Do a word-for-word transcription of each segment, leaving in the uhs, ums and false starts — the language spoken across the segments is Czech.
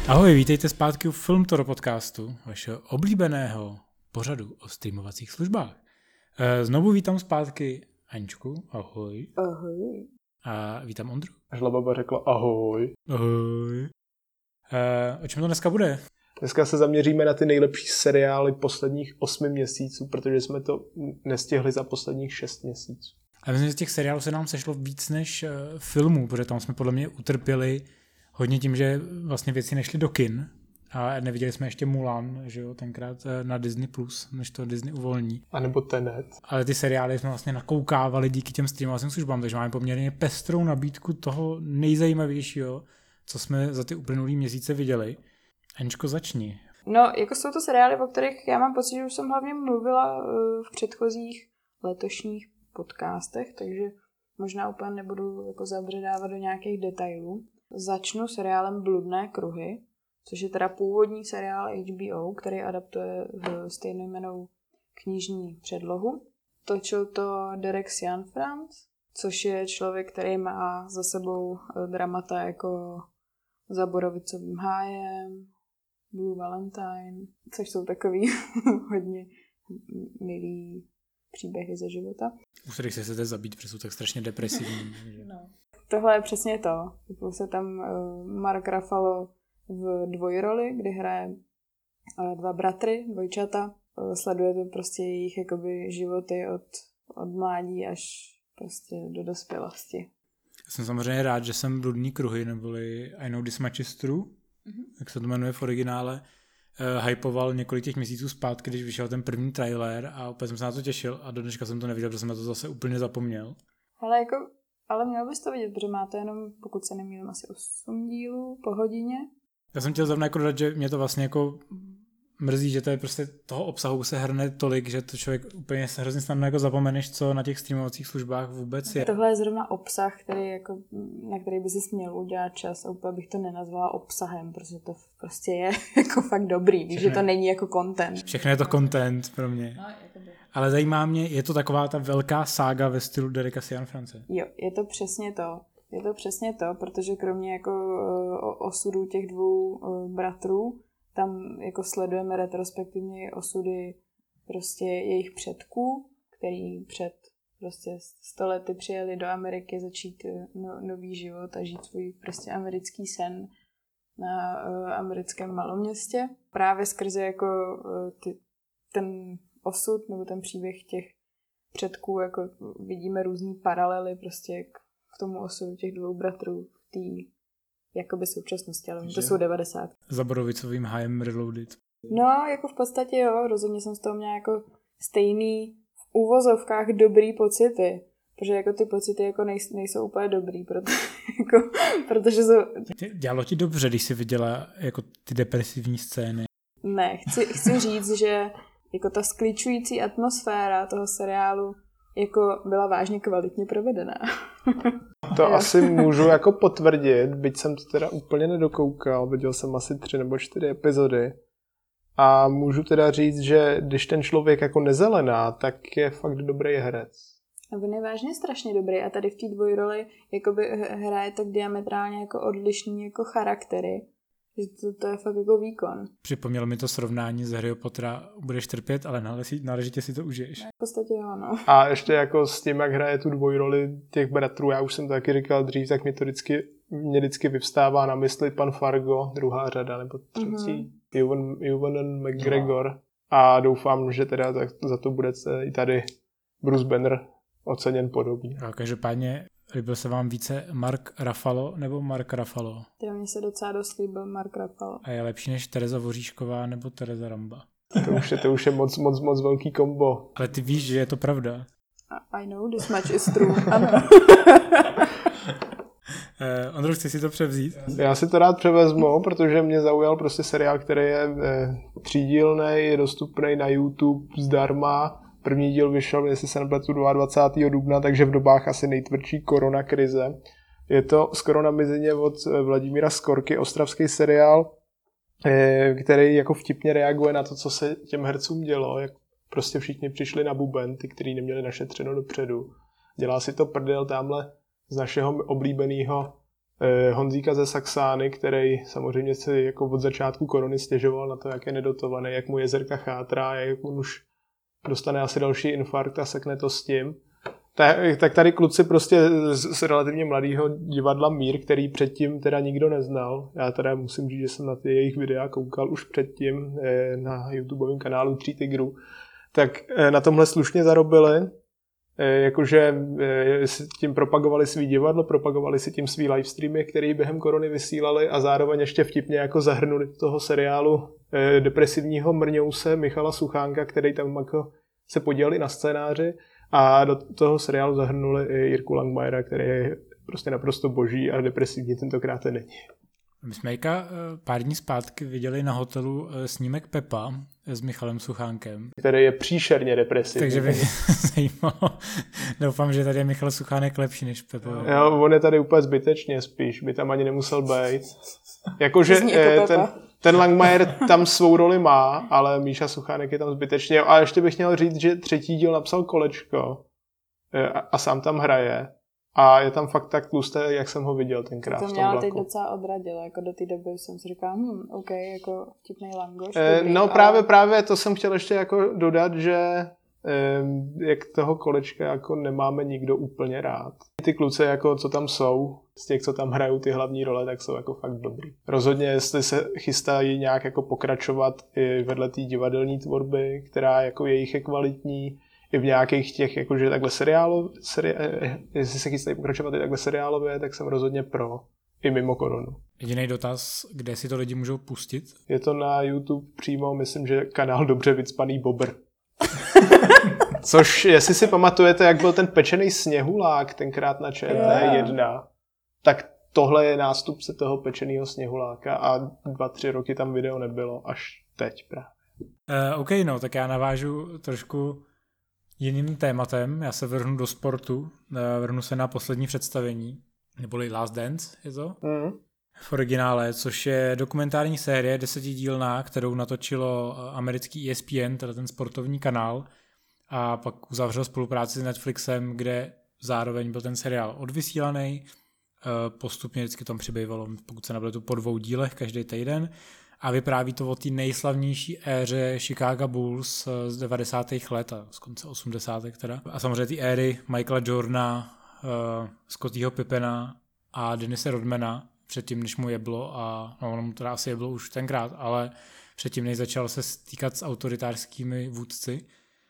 Ahoj, vítejte zpátky u Filmtoro podcastu, vašeho oblíbeného pořadu o streamovacích službách. Znovu vítám zpátky Aničku, ahoj. Ahoj. A vítám Ondru. Žla baba řekla ahoj. Ahoj. O čem to dneska bude? Dneska se zaměříme na ty nejlepší seriály posledních osmi měsíců, protože jsme to nestihli za posledních šest měsíců. A myslím, že z těch seriálů se nám sešlo víc než filmů, protože tam jsme podle mě utrpěli hodně tím, že vlastně věci nešly do kin a neviděli jsme ještě Mulan, že jo, tenkrát na Disney plus, než to Disney uvolní. A nebo Tenet. Ale ty seriály jsme vlastně nakoukávali díky těm streamovacím službám, takže máme poměrně pestrou nabídku toho nejzajímavějšího, co jsme za ty uplynulý měsíce viděli. Aničko, začni. No, jako jsou to seriály, o kterých já mám pocit, že už jsem hlavně mluvila v předchozích letošních podcastech, takže možná úplně nebudu jako zabředávat do nějakých detailů. Začnu seriálem Bludné kruhy, což je teda původní seriál H B O, který adaptuje v stejnojmennou knižní předlohu. Točil to Derek Cianfrance, což je člověk, který má za sebou dramata jako Za Borovicovým hájem, Blue Valentine, což jsou takový hodně milý příběhy ze života. U kterých se chcete zabít, protože jsou tak strašně depresivní. No. Tohle je přesně to. Byl se tam uh, Mark Ruffalo v dvojroli, kdy hraje uh, dva bratry, dvojčata. Uh, sleduje to prostě jejich jakoby životy od, od mládí až prostě do dospělosti. Já jsem samozřejmě rád, že jsem Bludný kruhy, neboli I Know This Much Is True, mm-hmm. jak se to jmenuje v originále, uh, hypoval několik těch měsíců zpátky, když vyšel ten první trailer a opět jsem se na to těšil a do dneška jsem to neviděl, protože jsem na to zase úplně zapomněl. Ale jako Ale měl bys to vidět, protože máte jenom, pokud se nemýlím, asi osm dílů po hodině. Já jsem chtěl zrovna jako dodat, že mě to vlastně jako mrzí, že to je prostě toho obsahu se hrne tolik, že to člověk úplně se hrozně snadno jako zapomeneš, co na těch streamovacích službách vůbec je. Tohle je zrovna obsah, který jako, na který by si měl udělat čas a úplně bych to nenazvala obsahem, protože to prostě je jako fakt dobrý, víš, že to není jako content. Všechno je to content pro mě. No, jako ale zajímá mě, je to taková ta velká sága ve stylu Dereka Cianfrance? Jo, je to přesně to. Je to přesně to, protože kromě jako uh, osudu těch dvou uh, bratrů, tam jako sledujeme retrospektivně osudy prostě jejich předků, který před prostě sto lety přijeli do Ameriky začít no, nový život a žít svůj prostě americký sen na uh, americkém maloměstě. Právě skrze jako uh, ty, ten osud nebo ten příběh těch předků, jako vidíme různý paralely prostě k tomu osudu těch dvou bratrů v té jakoby současnosti, ale to jsou devadesát. Za Borovicovým hájem Reloaded. No, jako v podstatě jo, rozhodně jsem z toho měla jako stejný v úvozovkách dobrý pocity, protože jako ty pocity jako nej, nejsou úplně dobrý, proto, jako, protože jsou... Dělalo ti dobře, když jsi viděla jako ty depresivní scény? Ne, chci, chci říct, že jako ta skličující atmosféra toho seriálu jako byla vážně kvalitně provedená. To asi můžu jako potvrdit, byť jsem to teda úplně nedokoukal, viděl jsem asi tři nebo čtyři epizody a můžu teda říct, že když ten člověk jako nezelená, tak je fakt dobrý herec. A on je vážně strašně dobrý a tady v té dvojroli jakoby hraje tak diametrálně jako odlišný jako charaktery. Že to, to je fakt jako výkon. Připomnělo mi to srovnání z Harryho Pottera, budeš trpět, ale náležitě si to užiješ. V podstatě jo, no. A ještě jako s tím, jak hraje tu dvojroli těch bratrů, já už jsem to taky říkal dřív, tak mě to vždycky, mě vždycky vyvstává na mysli pan Fargo, druhá řada, nebo třetí, mm-hmm. Ewan, Ewan McGregor. No. A doufám, že teda za to bude i tady Bruce Banner oceněn podobně. A každopádně líbil se vám více Mark Ruffalo nebo Mark Ruffalo? Teda mně se docela dost líbil Mark Ruffalo. A je lepší než Tereza Voříšková nebo Tereza Ramba? To už je, to už je moc, moc, moc velký kombo. Ale ty víš, že je to pravda. I know this much is true. Ano. uh, Ondro, chci si to převzít? Já si to rád převezmu, protože mě zaujal prostě seriál, který je eh, třídílnej, je dostupný na YouTube zdarma. První díl vyšel, jestli se nepletu, dvacátého druhého dubna, takže v dobách asi nejtvrdší koronakrize. Je to skoro na mizině od Vladimíra Skorky, ostravský seriál, který jako vtipně reaguje na to, co se těm hercům dělo, jak prostě všichni přišli na buben, ty, kteří neměli našetřeno dopředu. Dělá si to prdel tamhle z našeho oblíbeného Honzíka ze Saxány, který samozřejmě si jako od začátku korony stěžoval na to, jak je nedotovaný, jak mu jezerka chátrá, jak on už dostane asi další infarkt a sekne to s tím. Tak, tak tady kluci prostě z, z relativně mladého divadla Mír, který předtím teda nikdo neznal. Já teda musím říct, že jsem na ty jejich videa koukal už předtím na YouTubeovém kanálu Tří tigrů. Tak na tomhle slušně zarobili. Jakože tím propagovali svý divadlo, propagovali si tím svý livestreamy, který během korony vysílali a zároveň ještě vtipně jako zahrnuli do toho seriálu depresivního mrňouse Michala Suchánka, který tam jako se podíleli na scénáři a do toho seriálu zahrnuli i Jirku Langmajera, který je prostě naprosto boží a depresivní tentokrát není. My jsme Jka pár dní zpátky viděli na hotelu snímek Pepa s Michalem Suchánkem. Který je příšerně depresivní. Takže by mě zajímalo. Doufám, že tady je Michal Suchánek lepší než Pepa. Jo, on je tady úplně zbytečně spíš, by tam ani nemusel být. Jakože jako ten, ten Langmajer tam svou roli má, ale Míša Suchánek je tam zbytečně. A ještě bych měl říct, že třetí díl napsal Kolečko a, a sám tam hraje. A je tam fakt tak tlusté, jak jsem ho viděl tenkrát v tom vlaku. To mě teď docela odradilo, jako do té doby jsem si říkal, hm, OK, jako vtipnej langoš. Eh, dobrý, no ale... právě, právě to jsem chtěl ještě jako dodat, že eh, jak toho Kolečka jako nemáme nikdo úplně rád. Ty kluci, jako co tam jsou, z těch, co tam hrajou ty hlavní role, tak jsou jako fakt dobrý. Rozhodně, jestli se chystají nějak jako pokračovat i vedle té divadelní tvorby, která jako jejich je kvalitní, i v nějakých těch, jakože takhle seriálu, seri, jestli se chystají pokračovat i takhle seriálově, tak jsem rozhodně pro, i mimo koronu. Jediný dotaz, kde si to lidi můžou pustit? Je to na YouTube přímo, myslím, že kanál Dobře vycpaný bobr. Což, jestli si pamatujete, jak byl ten pečený sněhulák tenkrát na Č T jedna, tak tohle je nástupce toho pečeného sněhuláka a dva, tři roky tam video nebylo, až teď právě. Uh, OK, no, tak já navážu trošku jiným tématem. Já se vrhnu do sportu, vrhnu se na poslední představení, neboli Last Dance je to? Mm. V originále, což je dokumentární série desetidílná, kterou natočilo americký E S P N, teda ten sportovní kanál, a pak uzavřel spolupráci s Netflixem, kde zároveň byl ten seriál odvysílaný, postupně vždycky tam přibývalo, pokud se nebylo po dvou dílech každý týden, a vypráví to o té nejslavnější éře Chicago Bulls z devadesátých let a z konce osmdesátých teda. A samozřejmě ty éry Michaela Jordana, uh, Scottyho Pippena a Dennise Rodmana, předtím, než mu jeblo, a no, ono mu teda asi jeblo už tenkrát, ale předtím, než začal se stýkat s autoritářskými vůdci.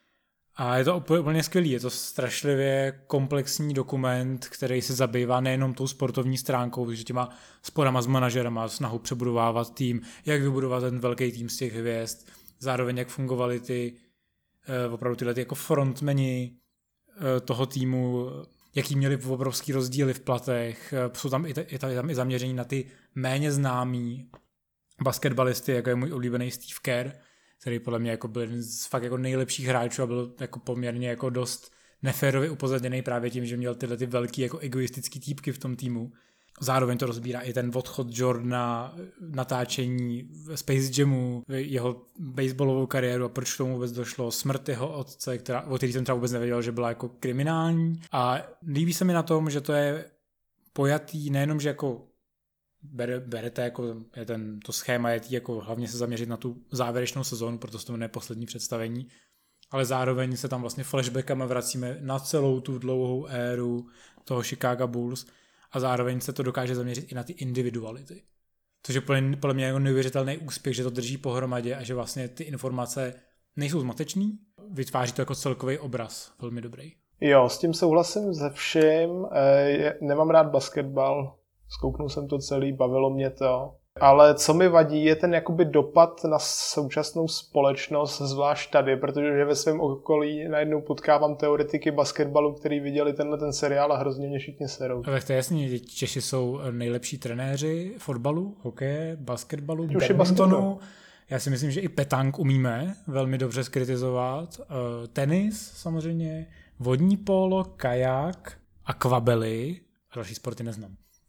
A je to úplně skvělý, je to strašlivě komplexní dokument, který se zabývá nejenom tou sportovní stránkou, že těma sporama s manažerama, snahou přebudovávat tým, jak vybudovat ten velký tým z těch hvězd, zároveň jak fungovaly ty opravdu tyhle ty jako frontmeni toho týmu, jaký měli obrovský rozdíly v platech, jsou tam i, je tam i zaměření na ty méně známý basketbalisty, jako je můj oblíbený Steve Kerr, který podle mě jako byl jeden z fakt jako nejlepších hráčů a byl jako poměrně jako dost neférově upozadněný právě tím, že měl tyhle ty velký jako egoistický týpky v tom týmu. Zároveň to rozbírá i ten odchod Jordana, natáčení Space Jamu, jeho baseballovou kariéru a proč k tomu vůbec došlo, smrt jeho otce, která, o který jsem třeba vůbec nevěděl, že byla jako kriminální. A líbí se mi na tom, že to je pojatý nejenom, že jako Bere, berete jako je ten, to schéma je tý jako hlavně se zaměřit na tu závěrečnou sezónu, proto se to jmenuje poslední představení, ale zároveň se tam vlastně flashbackama vracíme na celou tu dlouhou éru toho Chicago Bulls a zároveň se to dokáže zaměřit i na ty individuality. Což je podle mě jako neuvěřitelný úspěch, že to drží pohromadě a že vlastně ty informace nejsou zmatečný, vytváří to jako celkový obraz, velmi dobrý. Jo, s tím souhlasím ze vším, e, nemám rád basketbal, zkouknul jsem to celý, bavilo mě to. Ale co mi vadí, je ten jakoby dopad na současnou společnost, zvlášť tady, protože ve svém okolí najednou potkávám teoretiky basketbalu, který viděli tenhle ten seriál a hrozně mě všichni serou. Ale to je jasný, Češi jsou nejlepší trenéři fotbalu, hokeje, basketbalu, badmintonu. Já si myslím, že i petank umíme velmi dobře skritizovat. Tenis samozřejmě, vodní pólo, kajak, akvabely, další sporty neznám.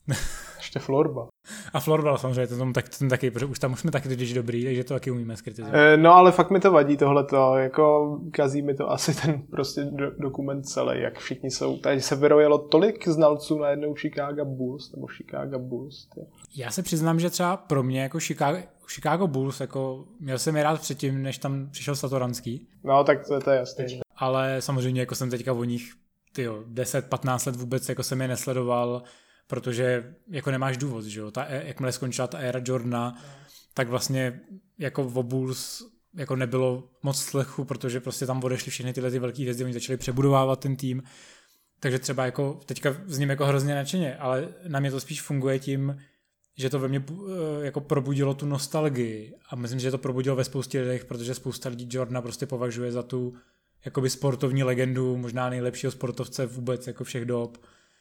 Ještě Florbal. A Florbal samozřejmě, ten, tak, ten taky, protože už tam už jsme taky totiž dobrý, takže to taky umíme skritizovat. E, no ale fakt mi to vadí tohleto, jako kazí mi to asi ten prostě do, dokument celý, jak všichni jsou. Tady se vyrojilo tolik znalců na jednou Chicago Bulls, nebo Chicago Bulls. Tě. Já se přiznám, že třeba pro mě jako Chicago, Chicago Bulls, jako měl jsem je rád předtím, než tam přišel Satoranský. No tak to, to je jasný. Ale samozřejmě jako jsem teďka o nich tyjo, deset patnáct let vůbec jako jsem je nesledoval, protože jako nemáš důvod, že jo, ta, jakmile skončila ta éra Jordana, no. tak vlastně jako v Bulls jako nebylo moc slechu, protože prostě tam odešly všechny tyhle ty velký hvězdy, oni začali přebudovávat ten tým, takže třeba jako teďka s ním jako hrozně nadšeně, ale na mě to spíš funguje tím, že to ve mně jako probudilo tu nostalgii a myslím, že to probudilo ve spoustě lidech, protože spousta lidí Jordana prostě považuje za tu jakoby sportovní legendu, možná nejlepšího sportovce vůbec jako všech dob.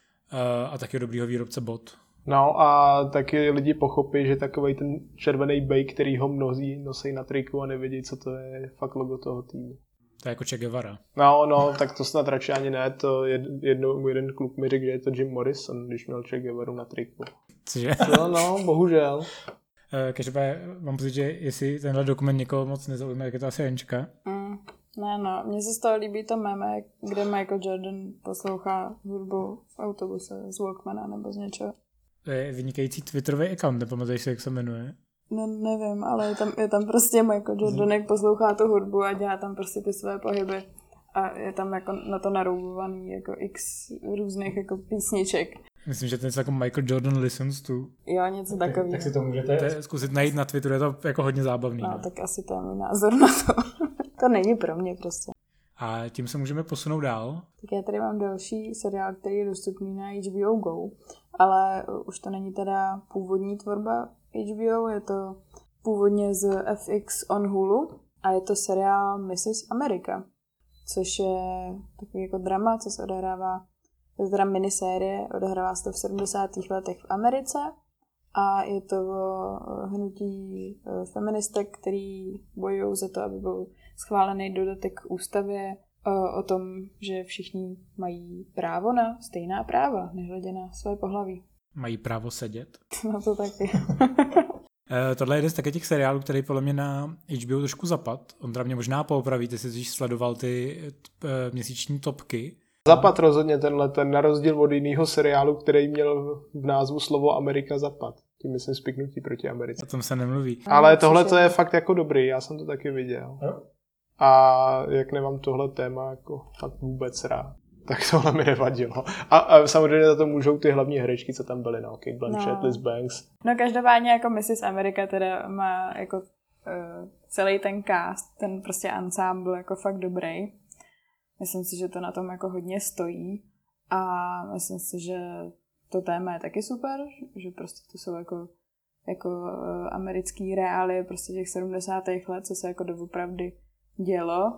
A taky dobrýho výrobce bot. No a taky lidi pochopí, že takovej ten červený bej, který ho mnozí nosí na triku a nevědí, co to je, fakt logo toho týmu. To je jako Che Guevara. No, no, tak to snad radši ani ne, to jednou jeden kluk mi řekl, že je to Jim Morrison, když měl Che Guevaru na triku. Cože? No, no, bohužel. Každopádně mám pocit, že jestli tenhle dokument někoho moc nezaujme, tak je to asi Jenčka. Mm. Ne, no, mně se z toho líbí to meme, kde Michael Jordan poslouchá hudbu v autobuse z Walkmana nebo z něčeho. To je vynikající Twitterový account, nepamatuješ si, jak se jmenuje? No, nevím, ale je tam, je tam prostě Michael Jordan, jak poslouchá tu hudbu a dělá tam prostě ty své pohyby a je tam jako na to naroubovaný jako x různých jako písniček. Myslím, že to je něco jako Michael Jordan listens to. Jo, něco takového. Tak si to můžete zkusit najít na Twitteru, je to jako hodně zábavný. No, no. tak asi to je můj názor na to. To není pro mě prostě. A tím se můžeme posunout dál. Tak já tady mám další seriál, který je dostupný na H B O Go, ale už to není teda původní tvorba H B O, je to původně z F X on Hulu a je to seriál missus America, což je takový jako drama, co se odehrává, je to teda minisérie, odehrává se to v sedmdesátých letech v Americe a je to hnutí feministek, který bojují za to, aby byl schválený dodatek k ústavě o tom, že všichni mají právo na stejná práva, nehledě na své pohlaví. Mají právo sedět? No to taky. Tohle je jeden z také těch seriálů, který podle mě na H B O trošku zapad. Ondra mě možná poopraví, ty jsi totiž sledoval ty měsíční topky. Zapad rozhodně tenhle, ten na rozdíl od jiného seriálu, který měl v názvu slovo Amerika zapad. Tím myslím spiknutí proti Americe. O tom se nemluví. Ale tohle to je fakt jako dobrý, já jsem to taky viděl. Jo? A jak nemám tohle téma jako fakt vůbec rád, tak tohle mi nevadilo. A, a samozřejmě za to můžou ty hlavní herečky, co tam byly, no, Kate Blanchett, no. Liz Banks. No každopádně jako missus America teda má jako uh, celý ten cast, ten prostě ensemble jako fakt dobrý. Myslím si, že to na tom jako hodně stojí a myslím si, že to téma je taky super, že prostě to jsou jako, jako uh, americký reálie prostě těch sedmdesátých let, co se jako doopravdy dělo,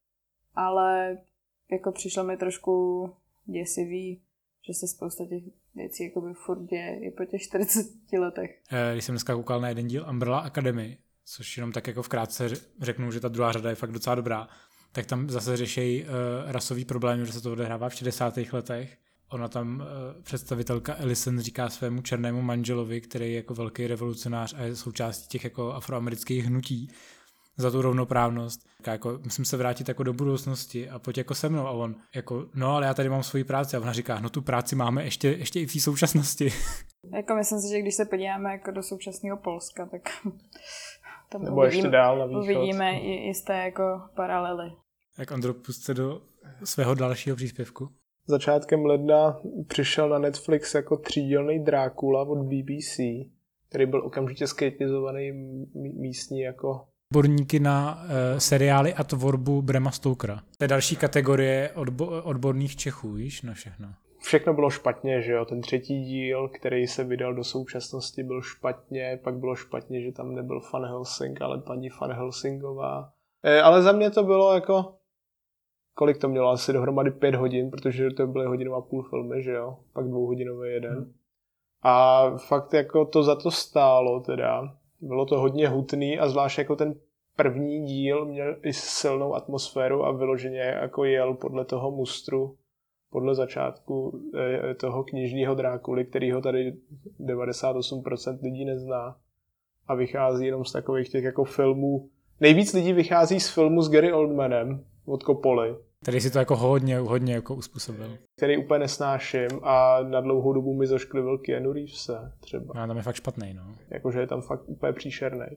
ale jako přišlo mi trošku děsivý, že se spousta těch věcí jakoby furt děje i po těch čtyřiceti letech. Když jsem dneska koukal na jeden díl Umbrella Academy, což jenom tak jako vkrátce řeknu, že ta druhá řada je fakt docela dobrá, tak tam zase řešejí uh, rasový problém, že se to odehrává v šedesátých letech. Ona tam uh, představitelka Ellison říká svému černému manželovi, který je jako velký revolucionář a je součástí těch jako afroamerických hnutí za tu rovnoprávnost. Jako, musím se vrátit jako do budoucnosti a pojď jako se mnou. A on jako, no ale já tady mám svoji práci. A ona říká, no tu práci máme ještě, ještě i v té současnosti. Jako myslím si, že když se podíváme jako do současného Polska, tak tam nebo uvidíme, ještě dál na východ. Uvidíme jisté jako paralely. Tak Ondro, pusť se do svého dalšího příspěvku. Začátkem ledna přišel na Netflix jako třídílný Drákula od B B C, který byl okamžitě skritizovaný místní jako odborníky na uh, seriály a tvorbu Brama Stokera. To je další kategorie odbo- odborných Čechů, víš, na všechno. Všechno bylo špatně, že jo, ten třetí díl, který se vydal do současnosti, byl špatně, pak bylo špatně, že tam nebyl Van Helsing, ale paní Van Helsingová. E, ale za mě to bylo jako, kolik to mělo, asi dohromady pět hodin, protože to byly hodinová půl filmy, že jo, pak dvouhodinový jeden. Hmm. A fakt jako to za to stálo teda. Bylo to hodně hutný a zvlášť jako ten první díl měl i silnou atmosféru a vyloženě jako jel podle toho mustru podle začátku toho knižního Drákuly, kterýho tady devadesát osm procent lidí nezná a vychází jenom z takových těch jako filmů. Nejvíc lidí vychází z filmu s Gary Oldmanem od Coppoly. Který si to jako hodně, hodně jako uspůsobil. Který úplně nesnáším a na dlouhou dobu mi zašklivil Keanu Reevese třeba. No, tam je fakt špatný, no. Jakože je tam fakt úplně příšernej.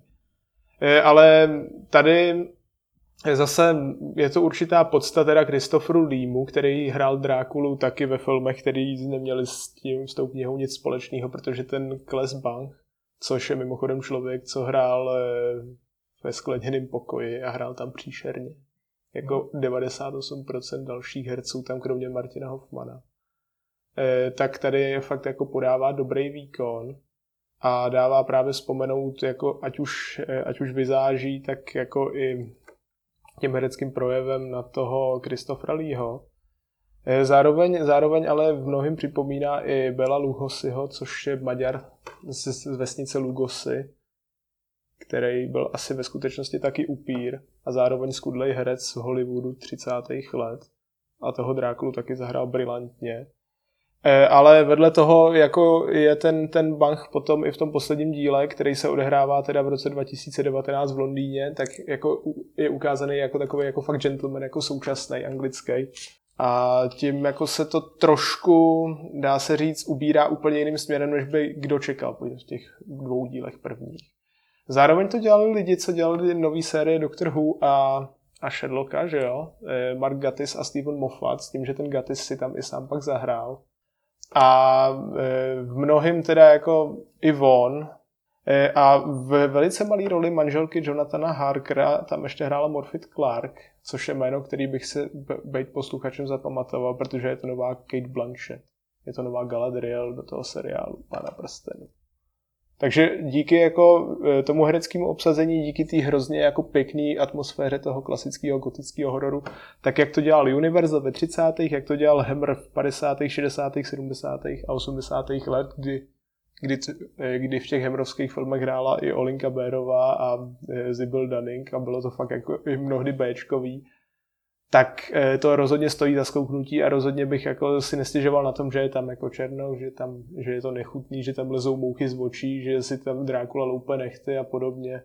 Ale tady zase je to určitá podsta teda Christopheru Leemu, který hrál Drákulu taky ve filmech, který neměli s tím, s tou knihou nic společného, protože ten Claes Bang, což je mimochodem člověk, co hrál ve Skleněném pokoji a hrál tam příšerně. Jako devadesát osm procent dalších herců tam kromě Martina Hoffmana. E, tak tady je fakt jako podává dobrý výkon a dává právě vzpomenout, jako ať už, ať už vizáží, tak jako i tím hereckým projevem na toho Christophera Leeho. E, zároveň, zároveň ale v mnohém připomíná i Bela Lugosiho, což je Maďar z, z vesnice Lugosy, který byl asi ve skutečnosti taky upír a zároveň skudlej herec z Hollywoodu třicátých let a toho Drákulu taky zahrál brilantně. E, ale vedle toho jako je ten, ten Bang potom i v tom posledním díle, který se odehrává teda v roce dva tisíce devatenáct v Londýně, tak jako je ukázaný jako takový jako fakt gentleman, jako současný anglický. A tím jako se to trošku, dá se říct, ubírá úplně jiným směrem, než by kdo čekal po těch dvou dílech prvních. Zároveň to dělali lidi, co dělali nový série Doctor Who a, a Sherlocka, že jo? Mark Gatiss a Stephen Moffat, s tím, že ten Gatiss si tam i sám pak zahrál. A v mnohým teda jako Yvonne a v velice malý roli manželky Jonathana Harkera tam ještě hrála Morfydd Clark, což je jméno, který bych se být posluchačem zapamatoval, protože je to nová Kate Blanchett. Je to nová Galadriel do toho seriálu Pána prstenů. Takže díky jako tomu hereckému obsazení, díky té hrozně jako pěkné atmosféře toho klasického gotického hororu, tak jak to dělal Universal ve třicátých, jak to dělal Hammer v padesátých, šedesátých, sedmdesátých a osmdesátých let, kdy, kdy, kdy v těch hammerovských filmech hrála i Olinka Bérová a Sybil Dunning a bylo to fakt jako i mnohdy béčkový, tak to rozhodně stojí za zkouknutí a rozhodně bych jako si nestěžoval na tom, že je tam jako černo, že, tam, že je to nechutný, že tam lezou mouchy z očí, že si tam Drákula loupe nechty a podobně.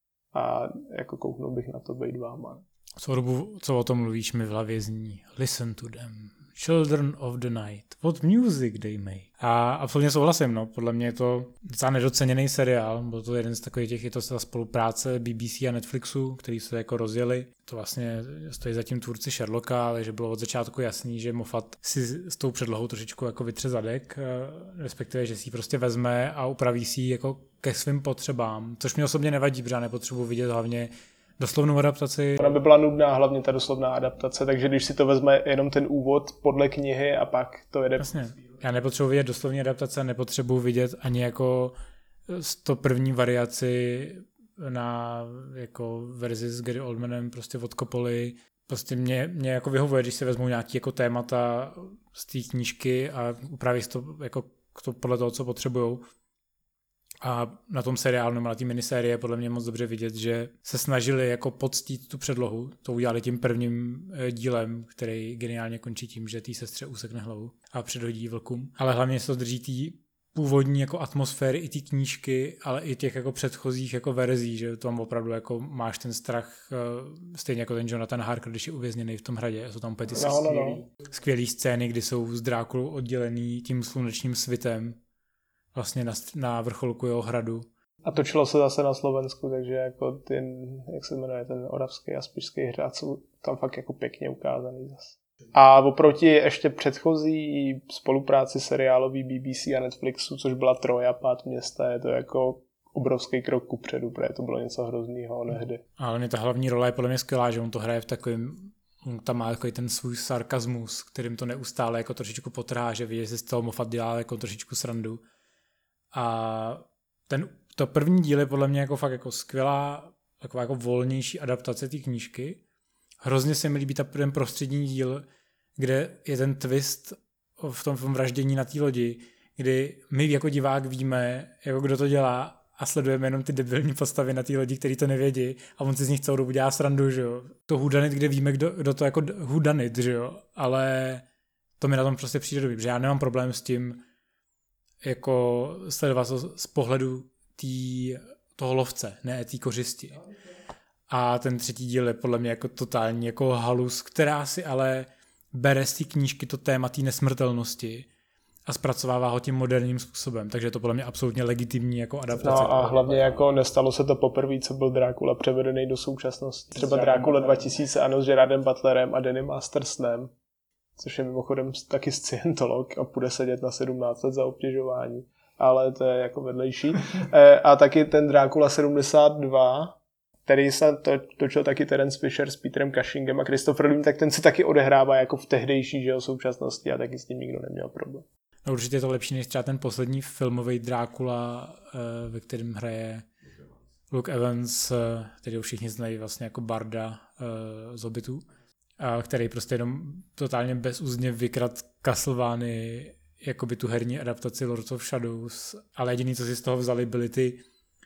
A jako kouknul bych na to bejt váma. Co dobu, co o tom mluvíš, mi v hlavě zní Listen to them, Children of the Night, what music they make. A absolutně souhlasím, no, podle mě je to docela nedoceněný seriál, byl to jeden z takových těch, je to ta spolupráce B B C a Netflixu, který se jako rozjeli. To vlastně stojí za tím tvůrci Sherlocka, takže bylo od začátku jasný, že Moffat si s tou předlohou trošičku jako vytře zadek, respektive, že si ji prostě vezme a upraví si ji jako ke svým potřebám, což mě osobně nevadí, protože já nepotřebuji vidět hlavně doslovnou adaptaci. Ona by byla nudná, hlavně ta doslovná adaptace, takže když si to vezme jenom ten úvod podle knihy a pak to jede. Jasně. Já nepotřebuji vidět doslovní adaptace, nepotřebuji vidět ani jako sto první variaci na jako verzi s Gary Oldmanem prostě od Coppoly. Prostě mě, mě jako vyhovuje, když se vezmou nějaký jako témata z té knížky a upraví to jako to podle toho, co potřebujou. A na tom seriálu nebo na té minisérie je podle mě moc dobře vidět, že se snažili jako poctít tu předlohu. To udělali tím prvním dílem, který geniálně končí tím, že té sestře usekne hlavu a předhodí vlkům. Ale hlavně se to drží té původní jako atmosféry i té knížky, ale i těch jako předchozích jako verzí, že tam opravdu jako máš ten strach, stejně jako ten Jonathan Harker, když je uvězněný v tom hradě. Jsou tam úplně ty no, no, no. skvělé scény, kdy jsou z Drákulou oddělený tím slunečním svitem vlastně na, na vrcholku jeho hradu. A točilo se zase na Slovensku, takže jako ten, jak se jmenuje, ten Oravský a Spišský hrad jsou tam fakt jako pěkně ukázaný zase. A oproti ještě předchozí spolupráci seriálový B B C a Netflixu, což byla Troja, Pád města, je to jako obrovský krok kupředu, protože to bylo něco hroznýho nehdy. Ale ta hlavní role je podle mě skvělá, že on to hraje v takovém, tam má jako ten svůj sarkazmus, kterým to neustále jako trošičku potrhá, že vidí, že se z toho Moffat dělá jako trošičku srandu. A ten, to první díl je podle mě jako fakt jako skvělá, taková jako volnější adaptace té knížky. Hrozně se mi líbí ten prostřední díl, kde je ten twist v tom, v tom vraždění na té lodi, kdy my jako divák víme, jako kdo to dělá a sledujeme jenom ty debilní postavy na té lodi, který to nevědí a on si z nich celou dobu dělá srandu, že jo. To whodunit, kde víme, kdo, kdo to jako whodunit, že jo, ale to mi na tom prostě přijde dobrý, protože já nemám problém s tím jako sledovat to z pohledu tý, toho lovce, ne té kořisti. A ten třetí díl je podle mě jako totální jako halus, která si ale bere z té knížky to téma té nesmrtelnosti a zpracovává ho tím moderním způsobem, takže je to podle mě absolutně legitimní jako adaptace. No a hlavně jako nestalo se to poprvé, co byl Drákula převedený do současnosti. Třeba Drákula dva tisíce, ano, s Gerardem Butlerem a Dannym Mastersnem, což je mimochodem taky scientolog a půjde sedět na sedmnáct let za obtěžování, ale to je jako vedlejší. A taky ten Drákula sedmdesát dva, který se to, točil taky Terence Fisher s Peterem Cushingem a Christopher Lee, tak ten se taky odehrává jako v tehdejší, že jo, současnosti a taky s tím nikdo neměl problém. No určitě je to lepší než třeba ten poslední filmový Drákula, ve kterém hraje Luke Evans, který všichni znají vlastně jako barda z Hobbitů, který prostě jenom totálně bezúzně vykrat Castlevany, jakoby tu herní adaptaci Lords of Shadows, ale jediný, co si z toho vzali, byly ty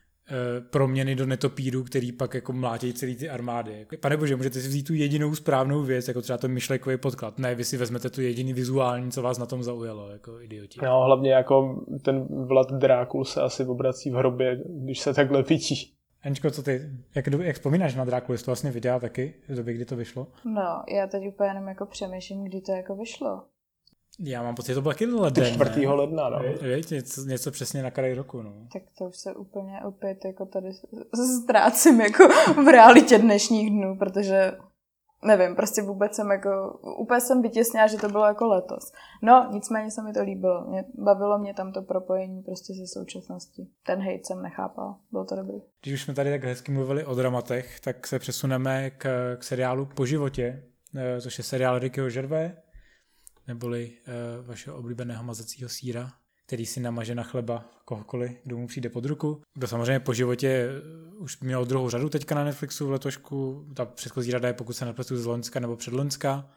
proměny do netopíru, který pak jako mlátějí celý ty armády. Pane bože, můžete si vzít tu jedinou správnou věc, jako třeba ten myšlenkový podklad. Ne, vy si vezmete tu jediný vizuální, co vás na tom zaujalo, jako idioti. No, hlavně jako ten Vlad Drákul se asi obrací v hrobě, když se takhle vidí. Aničko, co ty, jak, jak vzpomínáš na Drákulu, jsi to vlastně viděla taky v době, kdy to vyšlo? No, já teď úplně jenom jako přemýšlím, kdy to jako vyšlo. Já mám pocit, že to bylo taky leden, čtvrtého ledna, no. Víte, něco, něco přesně na kraj roku, no. Tak to už se úplně opět jako tady ztrácím jako v realitě dnešních dnů, protože nevím, prostě vůbec jsem jako, úplně jsem vytěsnila, že to bylo jako letos. No, nicméně se mi to líbilo. Mě, bavilo mě tam to propojení prostě se současností. Ten hejt jsem nechápala. Bylo to dobrý. Když už jsme tady tak hezky mluvili o dramatech, tak se přesuneme k, k seriálu Po životě, což je seriál Rickyho Gervais, neboli uh, vašeho oblíbeného mazacího sýra, který si namaže na chleba kohokoliv, kdo mu přijde pod ruku. Kdo samozřejmě Po životě už měl druhou řadu teďka na Netflixu v letošku. Ta předchozí řada je, pokud se nepletu, z loňska nebo předloňska.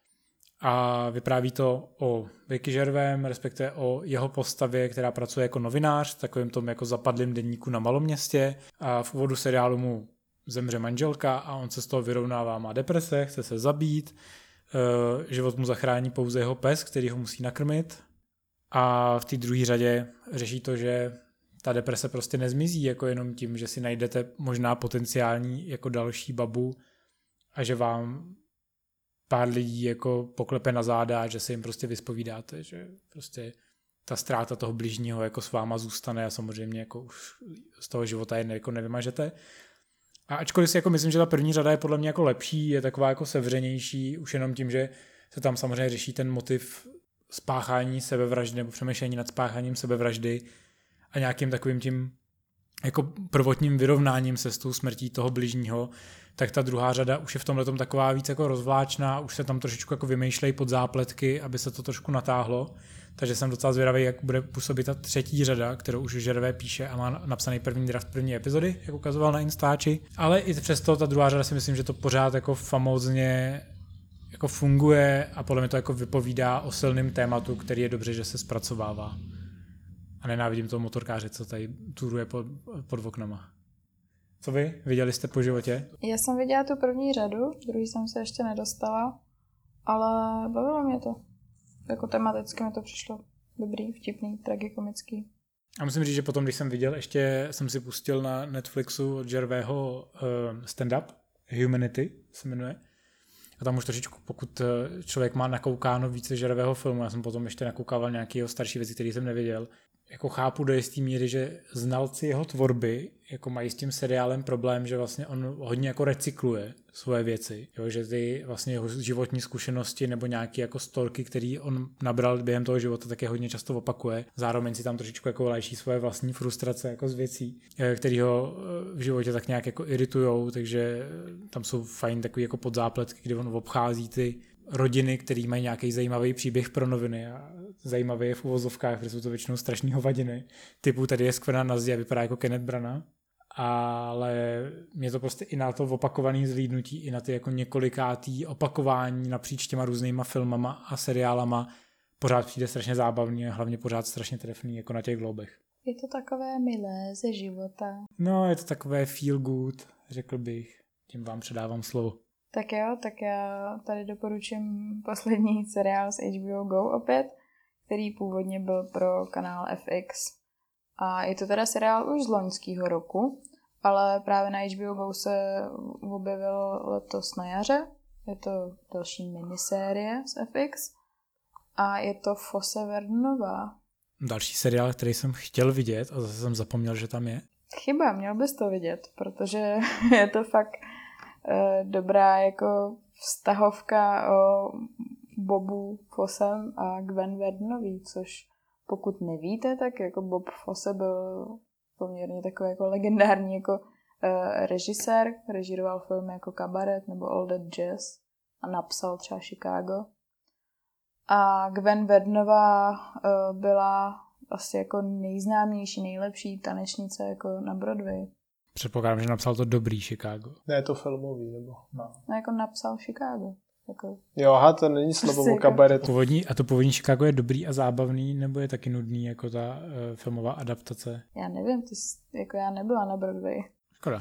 A vypráví to o Ricky Gervaisem, respektive o jeho postavě, která pracuje jako novinář v takovém tom jako zapadlém deníku na maloměstě. A v úvodu seriálu mu zemře manželka a on se z toho vyrovnává, má deprese, chce se zabít. Uh, život mu zachrání pouze jeho pes, který ho musí nakrmit. A v té druhé řadě řeší to, že ta deprese prostě nezmizí jako jenom tím, že si najdete možná potenciální jako další babu a že vám pár lidí jako poklepe na záda a že se jim prostě vyspovídáte, že prostě ta ztráta toho bližního jako s váma zůstane a samozřejmě jako už z toho života je jako nevymažete. A ačkoliv si jako myslím, že ta první řada je podle mě jako lepší, je taková jako sevřenější, už jenom tím, že se tam samozřejmě řeší ten motiv spáchání sebevraždy nebo přemýšlení nad spácháním sebevraždy a nějakým takovým tím jako prvotním vyrovnáním se s tou smrtí toho bližního, tak ta druhá řada už je v tomhletom taková víc jako rozvláčná, už se tam trošičku jako vymýšlejí pod zápletky, aby se to trošku natáhlo. Takže jsem docela zvědavý, jak bude působit ta třetí řada, kterou už Gervais píše a má napsaný první draft první epizody, jak ukazoval na Instači. Ale i přesto ta druhá řada si myslím, že to pořád jako famózně jako funguje a podle mě to jako vypovídá o silném tématu, který je dobře, že se zpracovává. A nenávidím toho motorkáře, co tady turuje pod, pod oknama. Co vy? Viděli jste Po životě? Já jsem viděla tu první řadu, druhý jsem se ještě nedostala, ale bavilo mě to. Jako tematicky mi to přišlo dobrý, vtipný, tragikomický. A musím říct, že potom, když jsem viděl, ještě jsem si pustil na Netflixu od Gervaisho uh, stand-up, Humanity se jmenuje. A tam už trošičku, pokud člověk má nakoukáno více Gervaisho filmu, já jsem potom ještě nakoukával nějaké jeho starší věci, které jsem neviděl, jako chápu do jistý míry, že znalci jeho tvorby jako mají s tím seriálem problém, že vlastně on hodně jako recykluje svoje věci, jo, že ty vlastně jeho životní zkušenosti nebo nějaké jako storky, který on nabral během toho života, tak je hodně často opakuje. Zároveň si tam trošičku jako léčí svoje vlastní frustrace jako z věcí, které ho v životě tak nějak jako iritujou, takže tam jsou fajn takový jako podzápletky, kdy on obchází ty rodiny, který mají nějaký zajímavý příběh pro noviny a zajímavý je v uvozovkách, protože jsou to většinou strašný hovadiny. Typu tady je skvrna na zdi a vypadá jako Kenneth Branagh, ale mě to prostě i na to opakovaný zhlídnutí, i na ty jako několikátý opakování napříč těma různýma filmama a seriálama pořád přijde strašně zábavný a hlavně pořád strašně trefný jako na těch globech. Je to takové milé ze života. No, je to takové feel good, řekl bych. Tím vám předávám slovo. Tak jo, tak já tady doporučím poslední seriál z H B O Go opět, který původně byl pro kanál F X. A je to teda seriál už z loňského roku, ale právě na H B O Go se objevil letos na jaře. Je to další minisérie z F X a je to Fosse Verdenová. Další seriál, který jsem chtěl vidět a zase jsem zapomněl, že tam je. Chyba, měl bys to vidět, protože je to fakt eh, dobrá jako vztahovka o Bobu Fossem a Gwen Verdenový, což pokud nevíte, tak jako Bob Fosse byl poměrně takový jako legendární jako uh, režisér, režíroval filmy jako Kabaret nebo All That Jazz a napsal třeba Chicago. A Gwen Verdenová uh, byla asi jako nejznámější, nejlepší tanečnice jako na Broadway. Předpokládám, že napsal to dobrý Chicago. Ne, je to filmový, nebo? No. No jako napsal Chicago. Jako... Jo, aha, to není slovo o kabaretu. Původní, a to původní Chicago je dobrý a zábavný, nebo je taky nudný jako ta uh, filmová adaptace? Já nevím, ty jsi, jako já nebyla na Broadway. Škoda.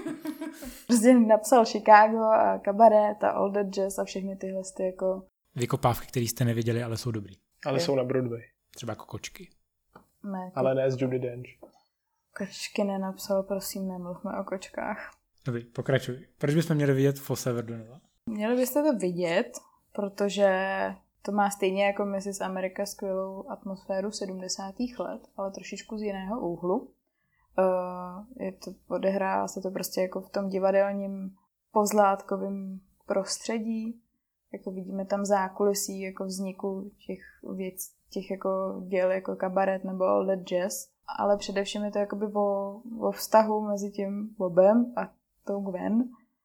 Prostě napsal Chicago a Kabaret a All That Jazz a všechny tyhle ty jako... Vykopávky, které jste neviděli, ale jsou dobrý. Ale je. Jsou na Broadway. Třeba jako kočky. Ne, jako... Ale ne z Judi Dench. Kočky nenapsal, prosím, nemluvme o kočkách. Dobrý, pokračuj. Proč bychom měli vidět Fosse Verdenova? Měli byste to vidět, protože to má stejně jako missus America skvělou atmosféru sedmdesátých let, ale trošičku z jiného úhlu. Uh, je to, odehrává se to prostě jako v tom divadelním pozlátkovém prostředí. Jako vidíme tam zákulisí jako vzniku těch věc, těch jako děl jako Kabaret nebo All That Jazz. Ale především je to jakoby o, o vztahu mezi tím Bobem a tou Gwen.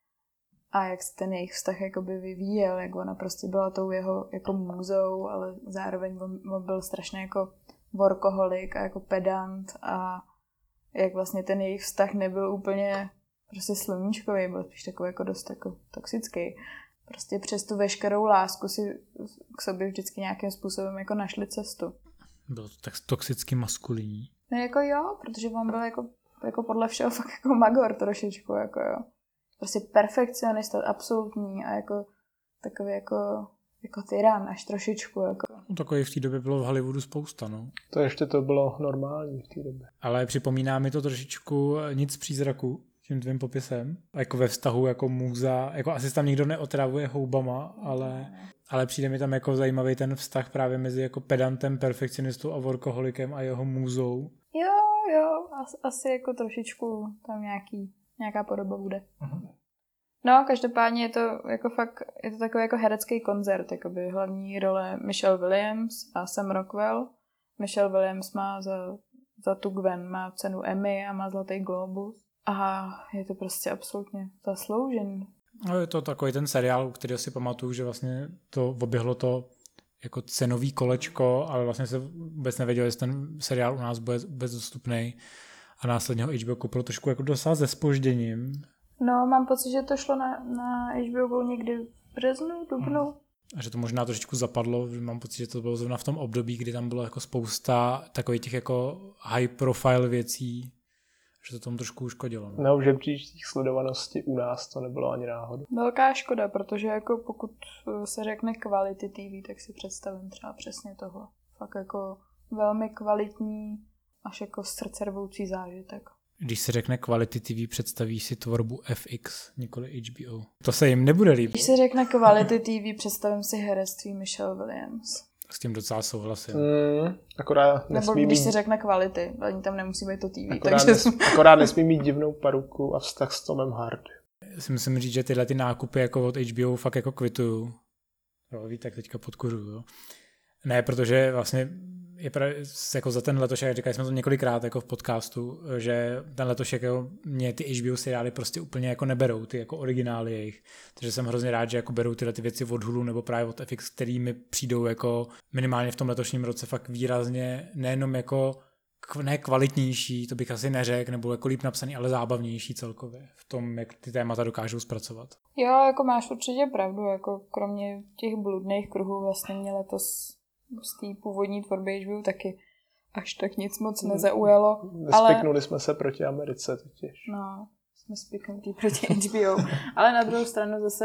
A jak se ten jejich vztah jakoby vyvíjel, jak ona prostě byla tou jeho jako můzou, ale zároveň on, on byl strašně jako workoholik a jako pedant a jak vlastně ten jejich vztah nebyl úplně prostě sluníčkový, byl spíš takový jako dost jako toxický. Prostě přes tu veškerou lásku si k sobě vždycky nějakým způsobem jako našli cestu. Bylo to tak toxicky maskulinní. No jako jo, protože on byl jako, jako podle všeho fakt jako magor trošičku, jako jo. Prostě perfekcionista, absolutní a jako takový jako, jako tyran až trošičku. Jako. No, takový v té době bylo v Hollywoodu spousta, no. To ještě to bylo normální v té době. Ale připomíná mi to trošičku Nic z přízraku, tím tvým popisem. Jako ve vztahu jako můza, jako asi tam nikdo neotravuje houbama, ale, ale přijde mi tam jako zajímavý ten vztah právě mezi jako pedantem, perfekcionistou a workoholikem a jeho můzou. Jo, jo, asi, asi jako trošičku tam nějaký nějaká podoba bude. Uh-huh. No, každopádně je to jako fakt, je to takový jako herecký koncert, jakoby hlavní role Michelle Williams a Sam Rockwell. Michelle Williams má za, za tu Gwen, má cenu Emmy a má Zlatý globus. A je to prostě absolutně zasloužený. No, je to takový ten seriál, který si pamatuju, že vlastně to oběhlo to jako cenový kolečko, ale vlastně se vůbec nevěděl, jestli ten seriál u nás bude vůbec dostupný. A následně ho H B O koupilo trošku jako docela se zpožděním. No, mám pocit, že to šlo na, na H B O někdy v březnu, dubnu. Hmm. A že to možná trošičku zapadlo. Mám pocit, že to bylo zrovna v tom období, kdy tam bylo jako spousta takových těch jako high profile věcí, že to tomu trošku uškodilo. No. Na už žebříčcích sledovanosti u nás to nebylo ani náhodou. Velká škoda, protože jako pokud se řekne kvality T V, tak si představím třeba přesně tohle. Fakt jako velmi kvalitní až jako srdcervoucí zážitek. Když se řekne Quality T V, představíš si tvorbu F X, nikoli H B O. To se jim nebude líbit. Když se řekne Quality T V, představím si herectví Michelle Williams. S tím docela souhlasím. Mm, akorát nesmí Nebo když mít... se řekne kvality, ani tam nemusí být to T V. Akorát, takže... nes... akorát nesmí mít divnou paruku a vztah s Tomem Hardy. Si musím říct, že tyhle ty nákupy jako od H B O fakt jako kvituju. Jo, víte, tak teďka podkuřuju. Jo. Ne, protože vlastně je právě jako za ten letošek, říkali jsme to několikrát jako v podcastu, že ten letošek jako mě ty H B O seriály prostě úplně jako neberou, ty jako originály jejich. Takže jsem hrozně rád, že jako berou tyhle ty věci od Hulu nebo právě od F X, který mi přijdou jako minimálně v tom letošním roce fakt výrazně nejenom jako ne kvalitnější, to bych asi neřekl, nebo jako líp napsaný, ale zábavnější celkově v tom, jak ty témata dokážou zpracovat. Jo, jako máš určitě pravdu, jako kromě těch bludných kruhů vlastně mě letos z té původní tvorby H B O taky až tak nic moc nezaujalo. Nespiknuli ale... jsme se proti Americe totiž. No, jsme spiknutí proti H B O. Ale na druhou stranu zase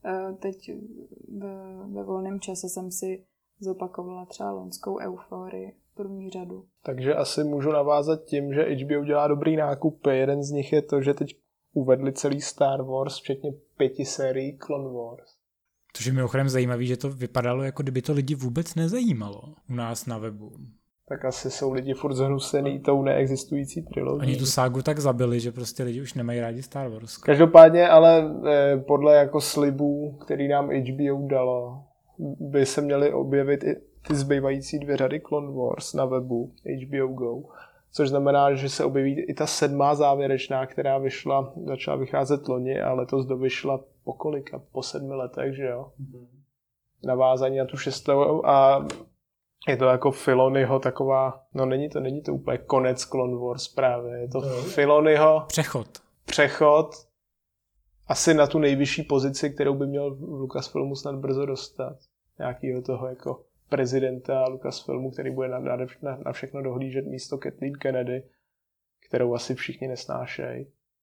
teď ve, ve volném čase jsem si zopakovala třeba loňskou Euforii první řadu. Takže asi můžu navázat tím, že H B O dělá dobrý nákupy. Jeden z nich je to, že teď uvedli celý Star Wars, včetně pěti sérií Clone Wars. Což je mimochodem zajímavý, že to vypadalo, jako kdyby to lidi vůbec nezajímalo u nás na webu. Tak asi jsou lidi furt zhnusený tou neexistující trilogií. Oni tu ságu tak zabili, že prostě lidi už nemají rádi Star Wars. Každopádně, ale eh, podle jako slibů, který nám H B O dalo, by se měly objevit i ty zbývající dvě řady Clone Wars na webu H B O Go. Což znamená, že se objeví i ta sedmá závěrečná, která vyšla, začala vycházet loni a letos dovyšla po kolika? Po sedmi letech, že jo? Mm-hmm. Navázání na tu šestou a je to jako Filoniho taková, no není to, není to úplně konec Clone Wars právě, je to no. Filoniho přechod. Přechod asi na tu nejvyšší pozici, kterou by měl Lucasfilmu snad brzo dostat. Nějakýho toho jako prezidenta Lucasfilmu, který bude na, na, na všechno dohlížet místo Kathleen Kennedy, kterou asi všichni nesnášejí.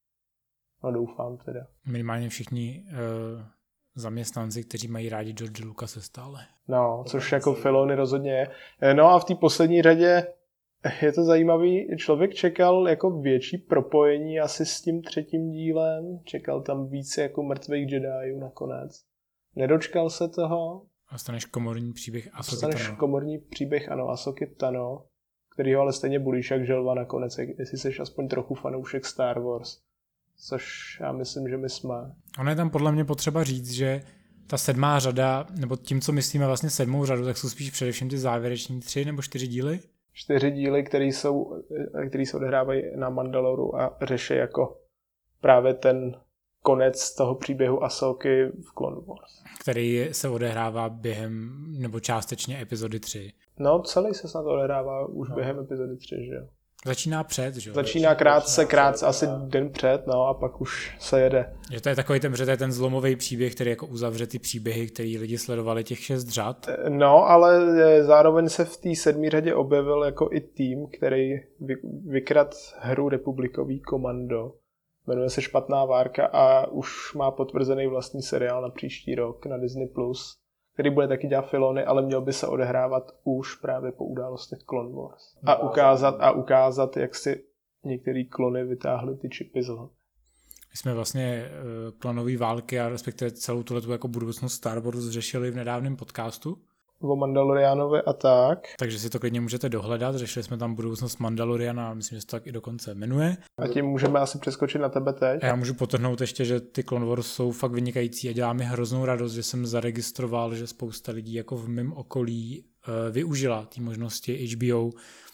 No doufám teda. Minimálně všichni uh, zaměstnanci, kteří mají rádi George Lucase stále. No, což jako Filoni rozhodně je. No a v té poslední řadě je to zajímavý, člověk čekal jako větší propojení asi s tím třetím dílem, čekal tam více jako mrtvých Jediů nakonec. Nedočkal se toho. A staneš komorní příběh Ahsoky Tano. Staneš komorní příběh, ano, Ahsoky Tano, kterýho ale stejně budíš jak želva nakonec, jestli jsi aspoň trochu fanoušek Star Wars. Což já myslím, že my jsme. Ono je tam podle mě potřeba říct, že ta sedmá řada, nebo tím, co myslíme vlastně sedmou řadu, tak jsou spíš především ty závěreční tři nebo čtyři díly? Čtyři díly, které jsou, které se odehrávají na Mandaloru a řeší jako právě ten konec toho příběhu Ahsoky v Clone Wars. Který se odehrává během, nebo částečně epizody tři. No, celý se snad odehrává už no. během epizody tři, že jo? Začíná před, že jo? Začíná krátce, krátce, asi den před, no a pak už se jede. Že to je takový ten, že to je ten zlomový příběh, který jako uzavře ty příběhy, který lidi sledovali těch šest řad. No, ale zároveň se v té sedmé řadě objevil jako i tým, který vykradl hru Republikový komando. Jmenuje se Špatná várka a už má potvrzený vlastní seriál na příští rok na Disney plus, který bude taky dělat Filony, ale měl by se odehrávat už právě po událostech Clone Wars. A ukázat, a ukázat, jak si některý klony vytáhly ty čipy z hlavy. My jsme vlastně uh, klonové války a respektive celou tuhletu jako budoucnost Star Wars řešili v nedávném podcastu. O Mandalorianovi a tak. Takže si to klidně můžete dohledat. Řešili jsme tam budoucnost Mandaloriana a myslím, že se to tak i dokonce jmenuje. A tím můžeme asi přeskočit na tebe teď. A já můžu potrhnout ještě, že ty Clone Wars jsou fakt vynikající a dělá mi hroznou radost, že jsem zaregistroval, že spousta lidí jako v mém okolí uh, využila ty možnosti H B O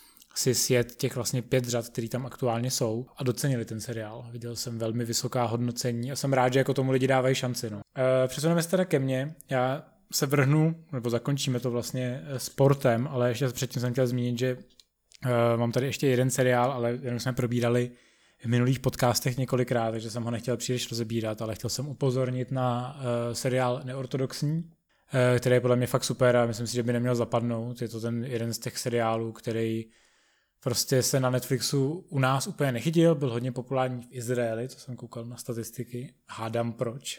si sjet těch vlastně pět řad, který tam aktuálně jsou a docenili ten seriál. Viděl jsem velmi vysoká hodnocení a jsem rád, že jako tomu lidi dávají šanci. No. Uh, přesuneme se teda ke mně. Já se vrhnu, nebo zakončíme to vlastně sportem, ale ještě předtím jsem chtěl zmínit, že uh, mám tady ještě jeden seriál, ale jenom jsme probírali v minulých podcastech několikrát, takže jsem ho nechtěl příliš rozebírat, ale chtěl jsem upozornit na uh, seriál Neortodoxní, uh, který je podle mě fakt super a myslím si, že by neměl zapadnout. Je to ten jeden z těch seriálů, který prostě se na Netflixu u nás úplně nechytil, byl hodně populární v Izraeli, to jsem koukal na statistiky, hádám proč.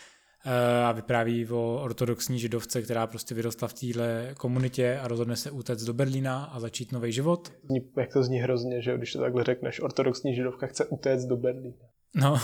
A vypráví o ortodoxní židovce, která prostě vyrostla v téhle komunitě a rozhodne se utéct do Berlína a začít nový život. Jak to zní hrozně, že když to takhle řekneš, ortodoxní židovka chce utéct do Berlína. No,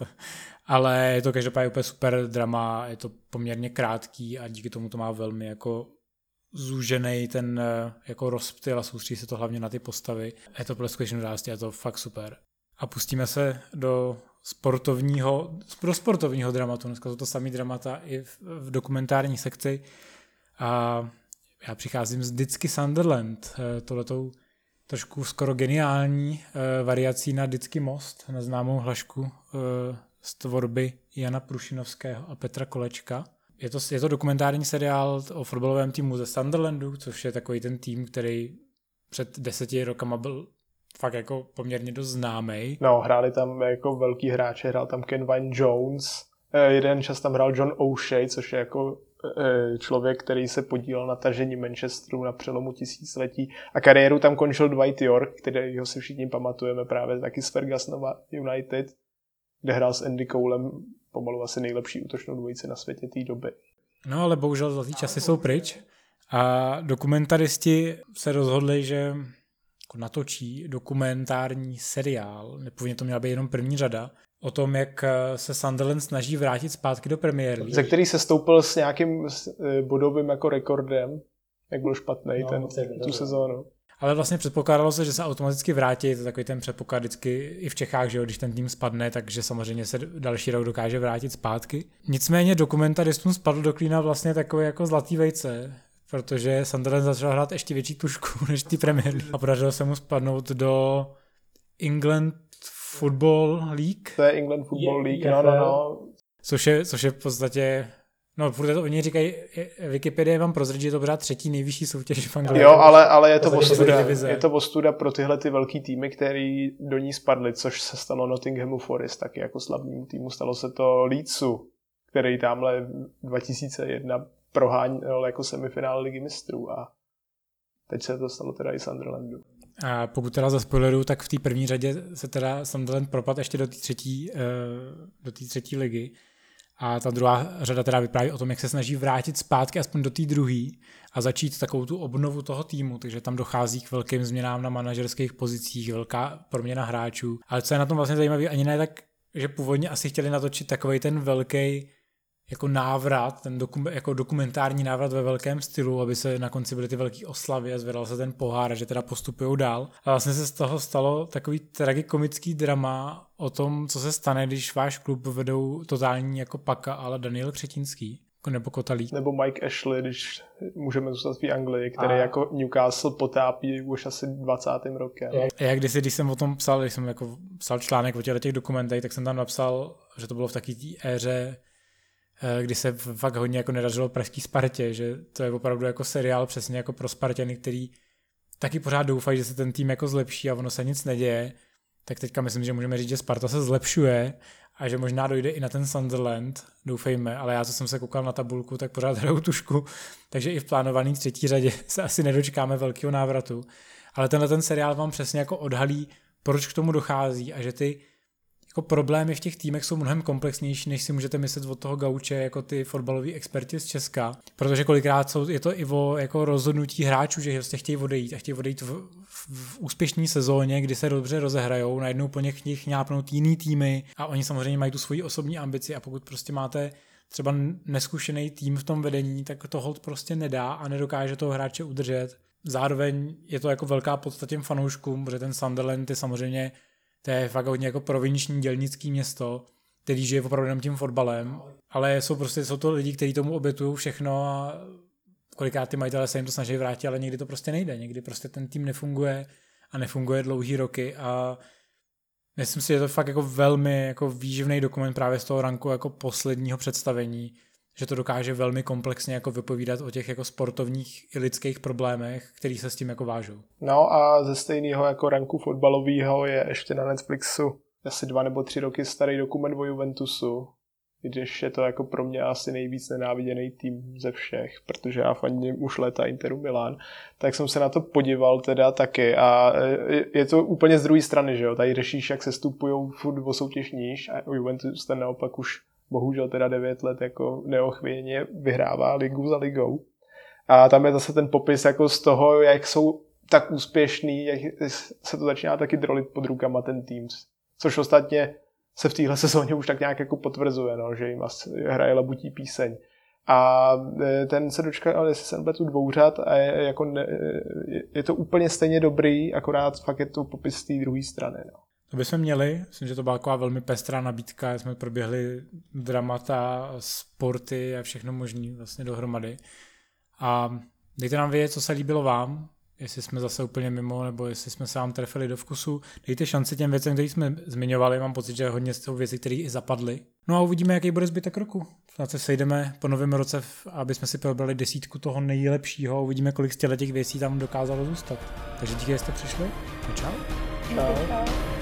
ale je to každopádně úplně super drama, je to poměrně krátký a díky tomu to má velmi jako zúžený ten jako rozptyl a soustředí se to hlavně na ty postavy. Je to prostě skutečně události, je to fakt super. A pustíme se do sportovního, do sportovního dramatu. Dneska jsou to samý dramata i v, v dokumentární sekci. A já přicházím z Vždycky Sunderland, tohletou trošku skoro geniální variací na Vždycky Most, na známou hlašku z tvorby Jana Prušinovského a Petra Kolečka. Je to, je to dokumentární seriál o fotbalovém týmu ze Sunderlandu, což je takový ten tým, který před deseti rokama byl fakt jako poměrně dost známej. No, hráli tam jako velký hráče, hrál tam Ken Vine Jones, jeden čas tam hrál John O'Shea, což je jako člověk, který se podílel na tažení Manchesteru na přelomu tisíciletí a kariéru tam končil Dwight York, kterýho si všichni pamatujeme právě taky z Fergusonova United, kde hrál s Andy Colem pomalu asi nejlepší útočnou dvojici na světě té doby. No ale bohužel zlatý časy jsou pryč a dokumentaristi se rozhodli, že natočí dokumentární seriál, nepůvodně to měla být jenom první řada, o tom, jak se Sunderland snaží vrátit zpátky do Premier League. Ze který se stoupil s nějakým bodovým jako rekordem, jak byl špatný no, ten, tu sezónu. Ale vlastně předpokládalo se, že se automaticky vrátí, je to takový ten předpoklad vždycky i v Čechách, že jo, když ten tým spadne, takže samozřejmě se další rok dokáže vrátit zpátky. Nicméně dokumentaristům spadl do klína vlastně takový jako zlatý vejce, protože Sunderland začal hrát ještě větší tušku než ty Premier League a podařilo se mu spadnout do England Football League. To je England Football je, League, no, no, no. Což je, což je v podstatě, no, protože to oni říkají, Wikipedie vám prozradí, že to byla třetí nejvyšší soutěž v Anglii. Jo, ale, ale je to ostuda, je to ostuda pro tyhle ty velký týmy, který do ní spadly, což se stalo Nottinghamu Forest, taky jako slabnému týmu. Stalo se to Leedsu, který tamhle dva tisíce jedna proháněl jako semifinále Ligy mistrů a teď se to stalo teda i Sunderlandu. A pokud teda za spoileru, tak v té první řadě se teda Sunderland propadl ještě do té třetí, do té třetí ligy. A ta druhá řada teda vypráví o tom, jak se snaží vrátit zpátky aspoň do té druhé a začít takovou tu obnovu toho týmu, takže tam dochází k velkým změnám na manažerských pozicích, velká proměna hráčů. Ale co je na tom vlastně zajímavé, ani ne tak, že původně asi chtěli natočit takovej ten velký jako návrat, ten dokum, jako dokumentární návrat ve velkém stylu, aby se na konci byly ty velké oslavy a zvedal se ten pohár, že teda postupujou dál. A vlastně se z toho stalo takový tragikomický drama o tom, co se stane, když váš klub vedou totální jako paka, ale Daniel Křetínský, nebo Kotalík. Nebo Mike Ashley, když můžeme zůstat v Anglii, který a... jako Newcastle potápí už asi dvacátým rokem. A jak kdysi, když jsem o tom psal, když jsem jako psal článek o těch dokumentech, tak jsem tam napsal, že to bylo v takové té éře, kdy se fakt hodně jako nedařilo pražský Spartě, že to je opravdu jako seriál přesně jako pro Sparťany, který taky pořád doufají, že se ten tým jako zlepší a ono se nic neděje, tak teďka myslím, že můžeme říct, že Sparta se zlepšuje a že možná dojde i na ten Sunderland, doufejme, ale já co jsem se koukal na tabulku, tak pořád hrajou tušku, takže i v plánovaný třetí řadě se asi nedočkáme velkého návratu, ale tenhle ten seriál vám přesně jako odhalí, proč k tomu dochází a že ty jako problémy v těch týmech jsou mnohem komplexnější, než si můžete myslet od toho gauče, jako ty fotbaloví experti z Česka. Protože kolikrát jsou, je to i o jako rozhodnutí hráčů, že vlastně chtějí odejít a chtějí odejít v, v, v úspěšné sezóně, kdy se dobře rozehrajou, najednou po nich nich nápnout jiný týmy a oni samozřejmě mají tu svoji osobní ambici a pokud prostě máte třeba neskušený tým v tom vedení, tak to hold prostě nedá a nedokáže toho hráče udržet. Zároveň je to jako velká podsta těm fanouškům, protože ten Sunderland je samozřejmě to je fakt hodně jako provinční dělnický město, který žije opravdu jenom tím fotbalem, ale jsou prostě jsou to lidi, kteří tomu obětují všechno a kolikrát ty majitelé se jim to snaží vrátit, ale někdy to prostě nejde, někdy prostě ten tým nefunguje a nefunguje dlouhý roky a myslím si, že to je fakt jako velmi jako výživný dokument právě z toho ranku jako posledního představení, že to dokáže velmi komplexně jako vypovídat o těch jako sportovních i lidských problémech, který se s tím jako vážou. No a ze stejného jako ranku fotbalového je ještě na Netflixu asi dva nebo tři roky starý dokument o Juventusu, když je to jako pro mě asi nejvíc nenáviděný tým ze všech, protože já fandím už léta Interu Milán, tak jsem se na to podíval teda taky a je to úplně z druhé strany, že jo, tady řešíš, jak se stupujou furt o soutěž níž a u Juventus ten naopak už bohužel teda devět let jako neochvějně vyhrává ligu za ligou. A tam je zase ten popis jako z toho, jak jsou tak úspěšný, jak se to začíná taky drolit pod rukama ten tým. Což ostatně se v téhle sezóně už tak nějak jako potvrzuje, no, že jim hraje labutí píseň. A ten se dočkal, jestli se nepletu, dvouřad a je, jako ne, je to úplně stejně dobrý, akorát fakt je to popis z té druhé strany. No. To bychom měli, myslím, že to byla taková velmi pestrá nabídka, jsme proběhli dramata, sporty a všechno možný vlastně dohromady. A dejte nám vědět, co se líbilo vám, jestli jsme zase úplně mimo, nebo jestli jsme se vám trefili do vkusu. Dejte šanci těm věcem, které jsme zmiňovali, mám pocit, že hodně jsou věci, které i zapadly. No a uvidíme, jaký bude zbytek roku. Snad se sejdeme po novém roce, aby jsme si probrali desítku toho nejlepšího a uvidíme, kolik z těch věcí tam dokázalo zůstat. Takže díky, že jste přišli. Čau. Čau.